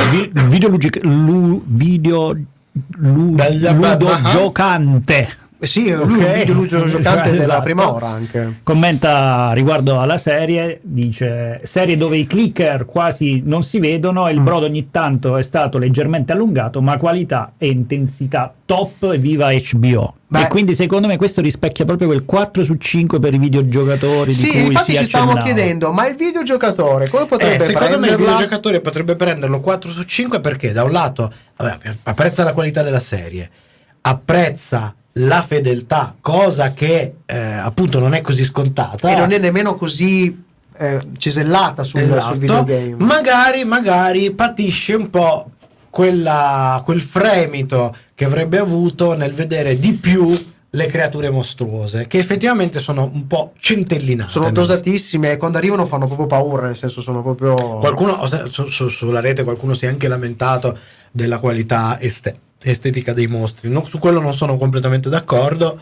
ludogiocante. Sì, lui è un videolugiocante della prima ora anche. Commenta riguardo alla serie, dice: serie dove i clicker quasi non si vedono e il brodo ogni tanto è stato leggermente allungato, ma qualità e intensità top, viva HBO. E quindi secondo me questo rispecchia proprio quel 4 su 5 per i videogiocatori di cui infatti si ci stavamo accennava. chiedendo, ma il videogiocatore come potrebbe secondo me il videogiocatore potrebbe prenderlo 4 su 5 perché da un lato apprezza la qualità della serie, apprezza la fedeltà, cosa che appunto non è così scontata e non è nemmeno così cisellata sul videogame. Magari patisce un po' quel fremito che avrebbe avuto nel vedere di più le creature mostruose, che effettivamente sono un po' centellinate, sono dosatissime e quando arrivano fanno proprio paura, nel senso sono proprio... Qualcuno sulla rete qualcuno si è anche lamentato della qualità estetica dei mostri, su quello non sono completamente d'accordo.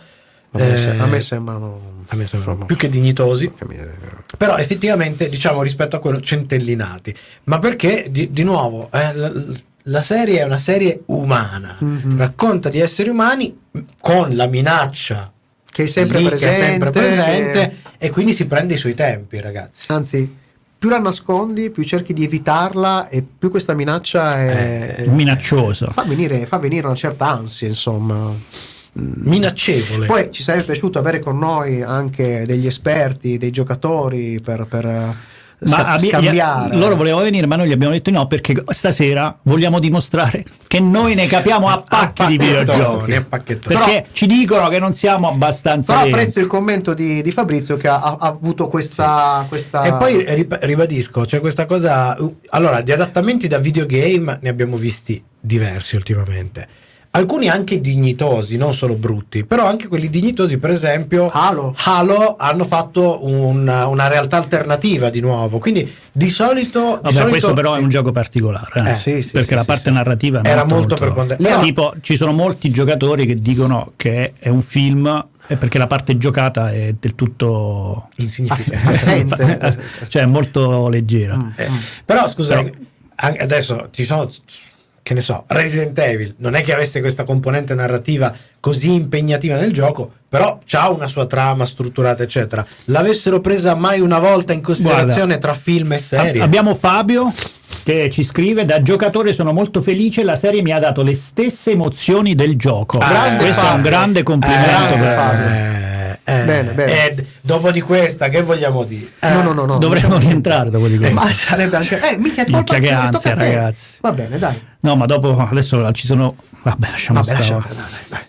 A me sembrano più che dignitosi, però effettivamente, diciamo, rispetto a quello, centellinati. Ma perché di nuovo la serie è una serie umana, racconta di esseri umani con la minaccia che è sempre presente, e quindi si prende i suoi tempi, ragazzi. Anzi, più la nascondi, più cerchi di evitarla e più questa minaccia è minacciosa. Fa venire una certa ansia, insomma. Minaccevole. Poi ci sarebbe piaciuto avere con noi anche degli esperti, dei giocatori per scambiare. Loro volevano venire, ma noi gli abbiamo detto no, perché stasera vogliamo dimostrare che noi ne capiamo a pacchi di videogiochi, perché però, ci dicono che non siamo abbastanza. Però apprezzo il commento di Fabrizio, che ha avuto questa. E poi ribadisco, c'è questa cosa. Allora, di adattamenti da videogame ne abbiamo visti diversi ultimamente. Alcuni anche dignitosi, non solo brutti, però anche quelli dignitosi, per esempio Halo hanno fatto una realtà alternativa di nuovo, quindi di solito questo però è un gioco particolare, sì, perché la parte narrativa era molto preponderante. Tipo, ci sono molti giocatori che dicono che è un film perché la parte giocata è del tutto assente, cioè molto leggera. Però scusa, adesso ci sono, che ne so, Resident Evil non è che avesse questa componente narrativa così impegnativa nel gioco, però c'ha una sua trama strutturata, eccetera. L'avessero presa mai una volta in considerazione tra film e serie? Abbiamo Fabio che ci scrive: da giocatore sono molto felice, la serie mi ha dato le stesse emozioni del gioco. Questo è un grande complimento per Fabio. Bene. Dopo di questa che vogliamo dire? No. Dovremmo rientrare dopo di questo. Ma sarebbe anche minchia che ansia, ragazzi. Va bene, dai. No, ma dopo adesso ci sono. Vabbè, lasciamo stare. Dai.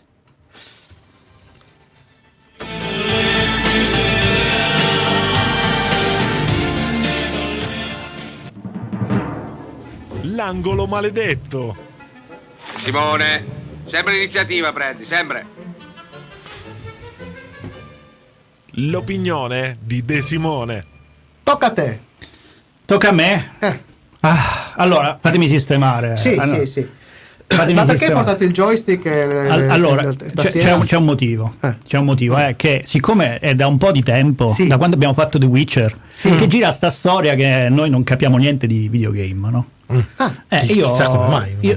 L'angolo maledetto. Simone, sempre l'iniziativa prendi, sempre. L'opinione di De Simone. Tocca a te. Tocca a me? Allora, fatemi sistemare. Sì. Ma perché hai portato il joystick? Allora, c'è un motivo. C'è un motivo, che siccome è da un po' di tempo, da quando abbiamo fatto The Witcher, che gira sta storia che noi non capiamo niente di videogame, no? Chissà come mai.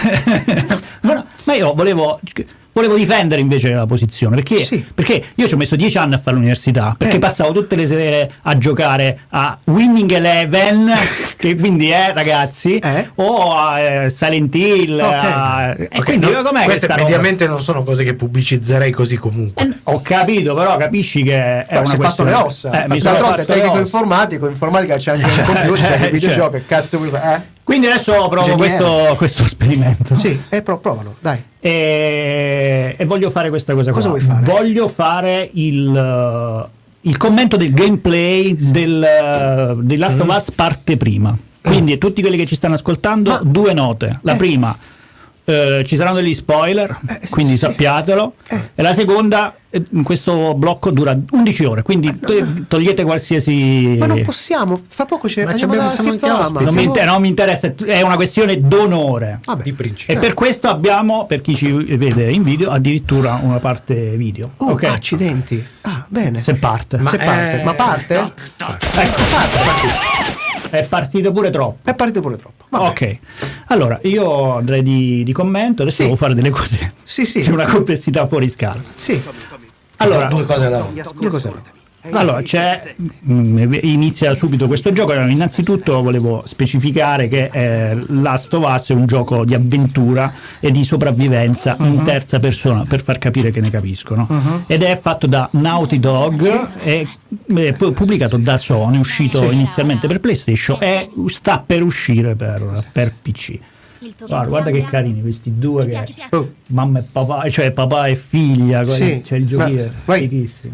Ma io volevo difendere invece la posizione, perché io ci ho messo 10 anni a fare l'università, perché passavo tutte le sere a giocare a Winning Eleven, che quindi ragazzi, o a Silent Hill, e quindi com'è queste che mediamente non sono cose che pubblicizzerei così comunque. Ho capito, però capisci che è una fatto le ossa. D'altronde tecnico informatica c'è anche il computer, c'è il videogioco, che cazzo vuoi fare? Quindi adesso provo questo esperimento. Sì, provalo, dai. E voglio fare questa cosa. Cosa vuoi fare? Voglio fare il commento del gameplay di Last of Us parte prima. Quindi tutti quelli che ci stanno ascoltando, 2 note. La prima, ci saranno degli spoiler, quindi sappiatelo. E la seconda, questo blocco dura 11 ore, quindi togliete qualsiasi. Ma non possiamo, fra poco siamo anche ospiti. Non mi interessa, è una questione d'onore. Di principio. E per questo abbiamo, per chi ci vede in video, addirittura una parte video. Okay. Accidenti. Bene. Se parte. Ma parte? No. Ecco, è partito pure troppo. Vabbè. Ok, allora io andrei di commento. Adesso devo fare delle cose. Sì. C'è una complessità fuori scala. Sì. Allora, due cose alla volta. Allora, inizia subito questo gioco. Innanzitutto volevo specificare che Last of Us è un gioco di avventura e di sopravvivenza in terza persona, per far capire che ne capiscono, ed è fatto da Naughty Dog, è pubblicato da Sony, uscito inizialmente per PlayStation e sta per uscire per PC. Guarda che carini questi due, che mamma e papà, cioè papà e figlia, c'è il giochino fighissimo.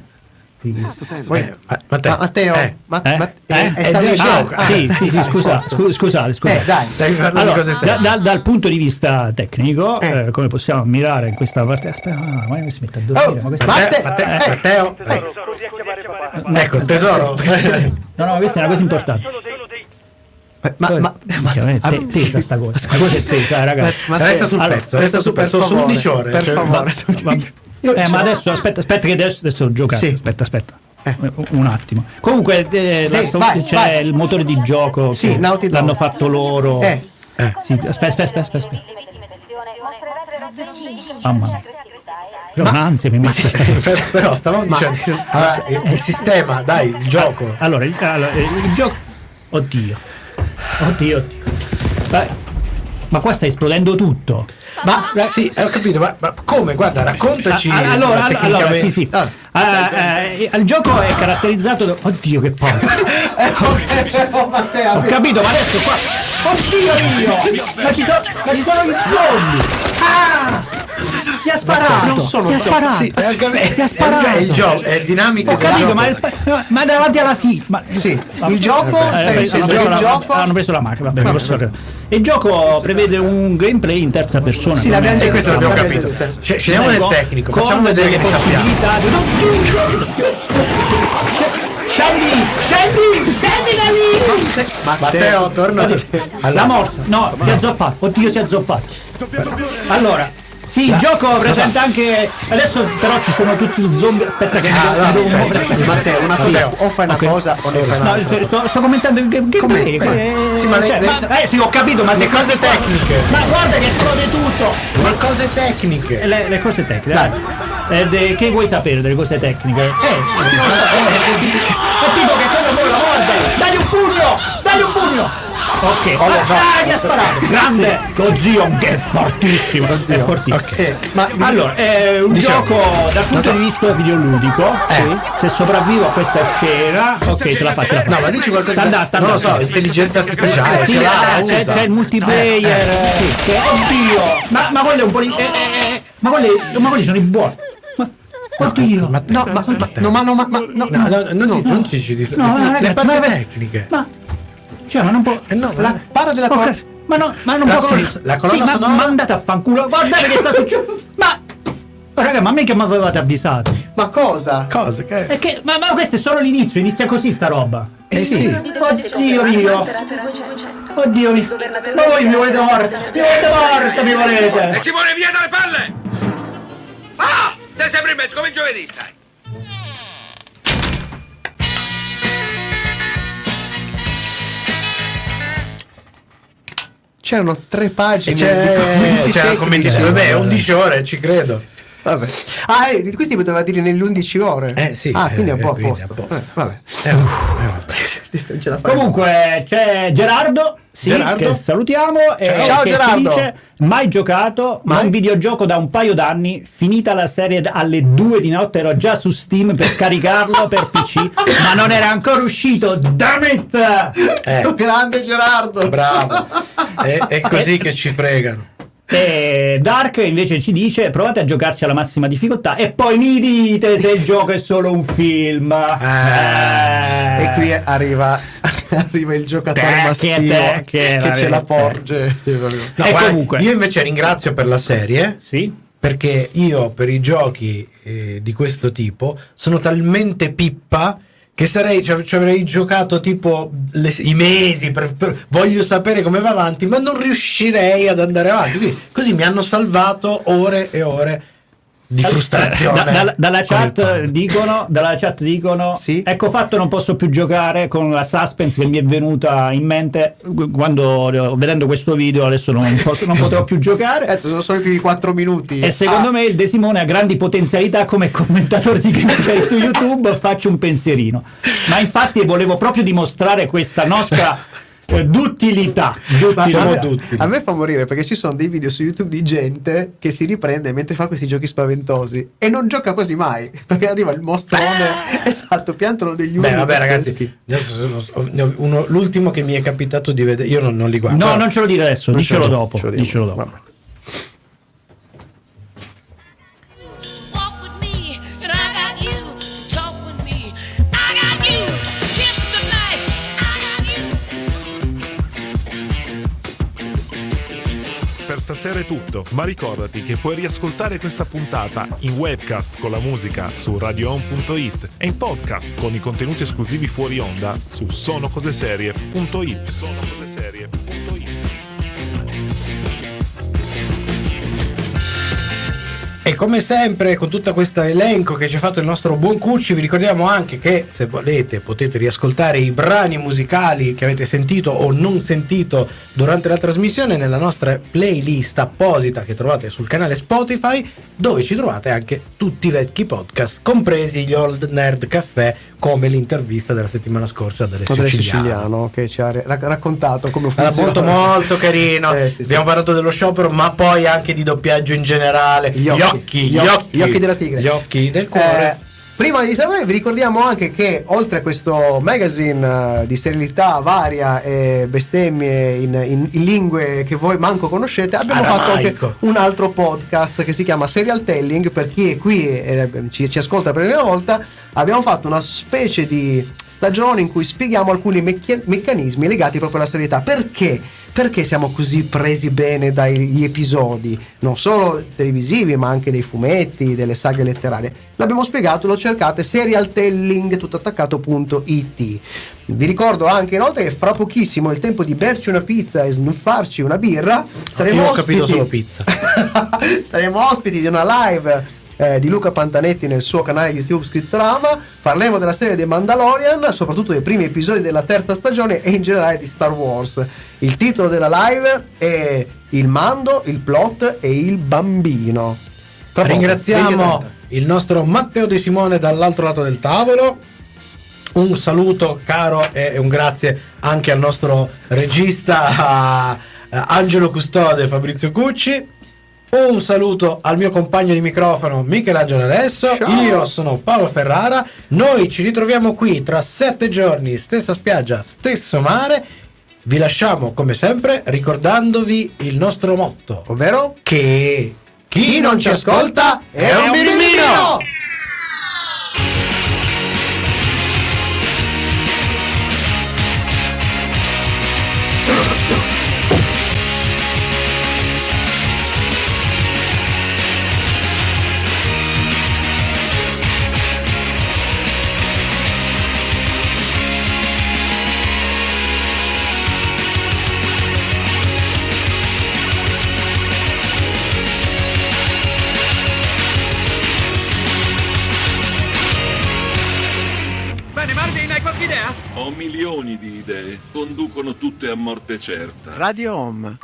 Matteo, scusate. Dai. Dal punto di vista tecnico, come possiamo ammirare in questa parte. Aspetta, ma si mette a dormire. Matteo, ecco tesoro. No, ma questa è una cosa importante. Tesa sta cosa. La cosa è tesa, ragazzi. Resta sul pezzo, resta sul pezzo, sono 11 ore. Per favore. Ma adesso aspetta che adesso ho giocato. Sì. Aspetta. Un attimo. Comunque c'è il motore di gioco che l'hanno fatto loro. Sì, aspetta. Mamma mia. Però un'ansia mi mette. Però stavamo dicendo il sistema, dai, il gioco. Allora, il gioco. Oddio. Ma qua sta esplodendo tutto. Ma sì, ho capito, ma come? Guarda, raccontaci. Allora, sì. Il gioco è caratterizzato da. Oddio, che porco. Ho capito, ma adesso qua. Oddio mio! Ma ci sono gli zombie! Gli ha sparato! Non sono gli ha sparato! Sì, gli ha sparato! È il gioco, è dinamico. Ho capito, ma davanti alla fine. Sì, il gioco. Hanno preso la macchina, vabbè. Il gioco prevede un gameplay in terza persona. Sì, questo l'abbiamo capito. Scendiamo nel tecnico, facciamo vedere che ne sappiamo. Scendi da lì! Matteo, torna. La morsa, no, si è azzoppato. Oddio, si è azzoppato. Allora, sì, il gioco presenta anche. Adesso però ci sono tutti i zombie. Aspetta che mi devo muovere. Matteo, o fai una cosa o ne fai un'altra. No, sto commentando il gameplay. Sì, ma sì, ho capito, ma le cose tecniche. Ma guarda che esplode tutto. Ma cose tecniche. Le cose tecniche. Che vuoi sapere delle cose tecniche? Tipo che quello poi la morde. Dagli un pugno. Ok, gli ha sparato. Grande, lo zio che è fortissimo. È fortissimo. Allora, è un gioco dal punto di vista videoludico. Se sopravvivo a questa scena, ok, ce la faccio. No, ma dici qualcosa. Non lo so, intelligenza artificiale. Sì, c'è il multiplayer. Oddio, ma quello è un po' di. Ma quelli sono i buoni. Oddio, non ci le parti tecniche. Ma non può. La parla della cosa. Ma non può. La colonna sonora. Ma andate a fanculo. Guardate che sta succedendo. Ma raga, ma mica mi avevate avvisato. Ma cosa? Che? È che, ma questo è solo l'inizio, inizia così sta roba. Sì. Oddio mio. Ma voi mi volete morta. Mi volete. E Simone, via dalle palle! Sei sempre in mezzo, come giovedì stai. C'erano 3 pagine. C'era commenti. Vabbè, 11 ore, ci credo. Vabbè. Di questi poteva dire nelle 11 ore. Sì. Quindi è un po' a posto. Vabbè. Comunque c'è Gerardo. Che salutiamo. Ciao che Gerardo. Ci dice, mai giocato un videogioco da un paio d'anni, finita la serie alle 2 di notte ero già su Steam per scaricarlo per PC, ma non era ancora uscito. Damn it! Grande Gerardo. Bravo. È così che ci fregano. E Dark invece ci dice provate a giocarci alla massima difficoltà e poi mi dite se il gioco è solo un film. E qui arriva il giocatore massivo che ce la porge. No, guarda, comunque io invece ringrazio per la serie. Sì. Perché io per i giochi di questo tipo sono talmente pippa che ci avrei giocato tipo i mesi voglio sapere come va avanti, ma non riuscirei ad andare avanti. Quindi, così mi hanno salvato ore e ore di frustrazione. Dalla chat dicono sì? Ecco fatto, non posso più giocare con la suspense che mi è venuta in mente quando vedendo questo video. Adesso non potevo più giocare. Adesso sono solo più di 4 minuti. E secondo me il De Simone ha grandi potenzialità come commentatore di gameplay su YouTube. Faccio un pensierino, ma infatti volevo proprio dimostrare questa nostra d'utilità. A me fa morire perché ci sono dei video su YouTube di gente che si riprende mentre fa questi giochi spaventosi e non gioca quasi mai perché arriva il mostrone. Esatto, piantano degli urli. Vabbè ragazzi, l'ultimo che mi è capitato di vedere, io non li guardo. No, non ce lo dire adesso, dicelo dopo. Vabbè. Per stasera è tutto, ma ricordati che puoi riascoltare questa puntata in webcast con la musica su radioon.it e in podcast con i contenuti esclusivi fuori onda su sonocoseserie.it. E come sempre, con tutto questo elenco che ci ha fatto il nostro buon Cucci, vi ricordiamo anche che se volete potete riascoltare i brani musicali che avete sentito o non sentito durante la trasmissione nella nostra playlist apposita che trovate sul canale Spotify, dove ci trovate anche tutti i vecchi podcast, compresi gli Old Nerd Café, come l'intervista della settimana scorsa delle Siciliano, che ci ha raccontato come funziona. Era molto carino. Sì. Abbiamo parlato dello sciopero, ma poi anche di doppiaggio in generale. Gli occhi della tigre, gli occhi del cuore. Prima di salutare vi ricordiamo anche che oltre a questo magazine di serialità varia e bestemmie in lingue che voi manco conoscete, abbiamo fatto anche un altro podcast che si chiama Serial Telling. Per chi è qui e ci ascolta per la prima volta, abbiamo fatto una specie di stagione in cui spieghiamo alcuni meccanismi legati proprio alla serialità. Perché siamo così presi bene dagli episodi, non solo televisivi ma anche dei fumetti, delle saghe letterarie? L'abbiamo spiegato, lo cercate, serialtelling tuttattaccato.it. Vi ricordo anche inoltre che fra pochissimo è il tempo di berci una pizza e snuffarci una birra. Io ho capito solo pizza. Saremo ospiti di una live di Luca Pantanetti nel suo canale YouTube Scrittorama. Parleremo della serie dei Mandalorian, soprattutto dei primi episodi della terza stagione e in generale di Star Wars. Il titolo della live è Il Mando, il plot e il bambino. Ringraziamo il nostro Matteo De Simone dall'altro lato del tavolo. Un saluto caro e un grazie anche al nostro regista Angelo Custode Fabrizio Cucci. Un saluto al mio compagno di microfono Michelangelo Alesso. Ciao. Io sono Paolo Ferrara. Noi ci ritroviamo qui tra 7 giorni, stessa spiaggia, stesso mare. Vi lasciamo come sempre ricordandovi il nostro motto, ovvero che chi non ci ascolta è un birimbino! Ho milioni di idee, conducono tutte a morte certa. Radio Home.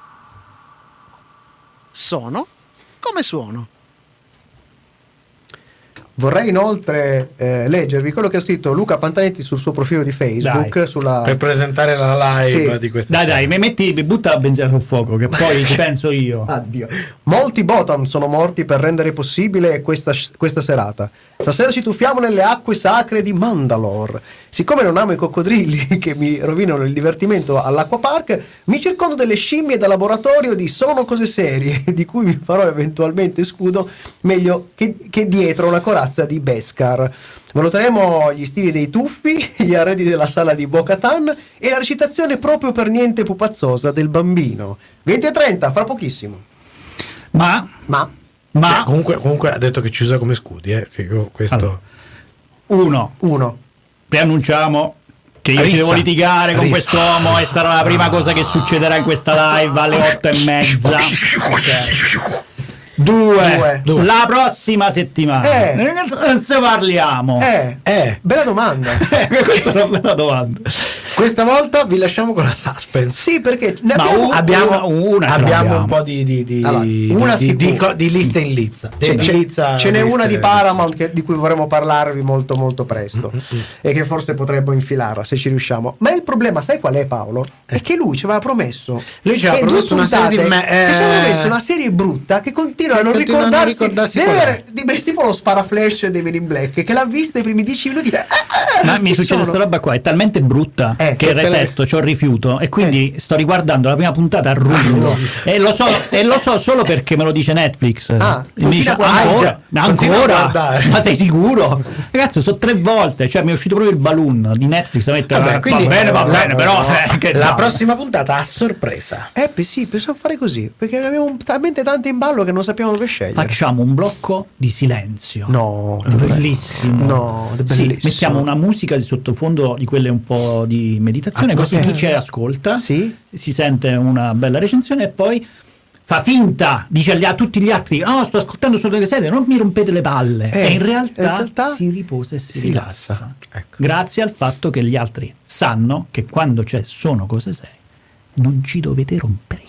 Sono come suono. Vorrei inoltre leggervi quello che ha scritto Luca Pantanetti sul suo profilo di Facebook per presentare la live di questa Dai, butta la benzina sul fuoco che poi ci penso io. Addio. Molti bottom sono morti per rendere possibile questa serata. Stasera ci tuffiamo nelle acque sacre di Mandalore. Siccome non amo i coccodrilli che mi rovinano il divertimento all'acquapark, mi circondo delle scimmie da laboratorio di Sono Cose Serie, di cui vi farò eventualmente scudo, meglio che dietro una corazza di Beskar. Valuteremo gli stili dei tuffi, gli arredi della sala di Bo-Katan e la recitazione proprio per niente pupazzosa del bambino. 20:30, fra pochissimo. Ma comunque ha detto che ci usa come scudi, questo. Allora, uno. Preannunciamo che io ci devo litigare con quest'uomo e sarà la prima cosa che succederà in questa live alle 8:30. Due. La prossima settimana se parliamo? Bella domanda. Questa è una bella domanda. Questa volta vi lasciamo con la suspense. Sì, perché ne abbiamo un po' di lista in lizza. Ce n'è una di Paramount di cui vorremmo parlarvi molto molto presto e che forse potremmo infilarla se ci riusciamo. Ma il problema, sai qual è, Paolo? È che lui ci aveva promesso una serie una serie brutta che continua a non ricordarsi di tipo lo sparaflash dei Men in Black, che l'ha vista i primi 10 minuti. Ma mi succede questa roba qua, è talmente brutta che il resetto c'ho rifiuto e quindi sto riguardando la prima puntata a lungo e lo so solo perché me lo dice Netflix. Mi dice ancora? Ma sei sicuro? Ragazzi, sono 3 volte, cioè mi è uscito proprio il balloon di Netflix. Va bene, però la prossima puntata a sorpresa. Sì, possiamo fare così, perché ne abbiamo talmente tante in ballo che non sappiamo dove scegliere. Facciamo un blocco di silenzio. No, bellissimo. No, sì, mettiamo una musica di sottofondo di quelle un po' di meditazione, così chi ci ascolta si sente una bella recensione e poi fa finta, dice a tutti gli altri: no, sto ascoltando Sono Cose Serie, non mi rompete le palle, e in realtà si riposa e si rilassa. Ecco. Grazie al fatto che gli altri sanno che quando c'è Sono Cose Serie non ci dovete rompere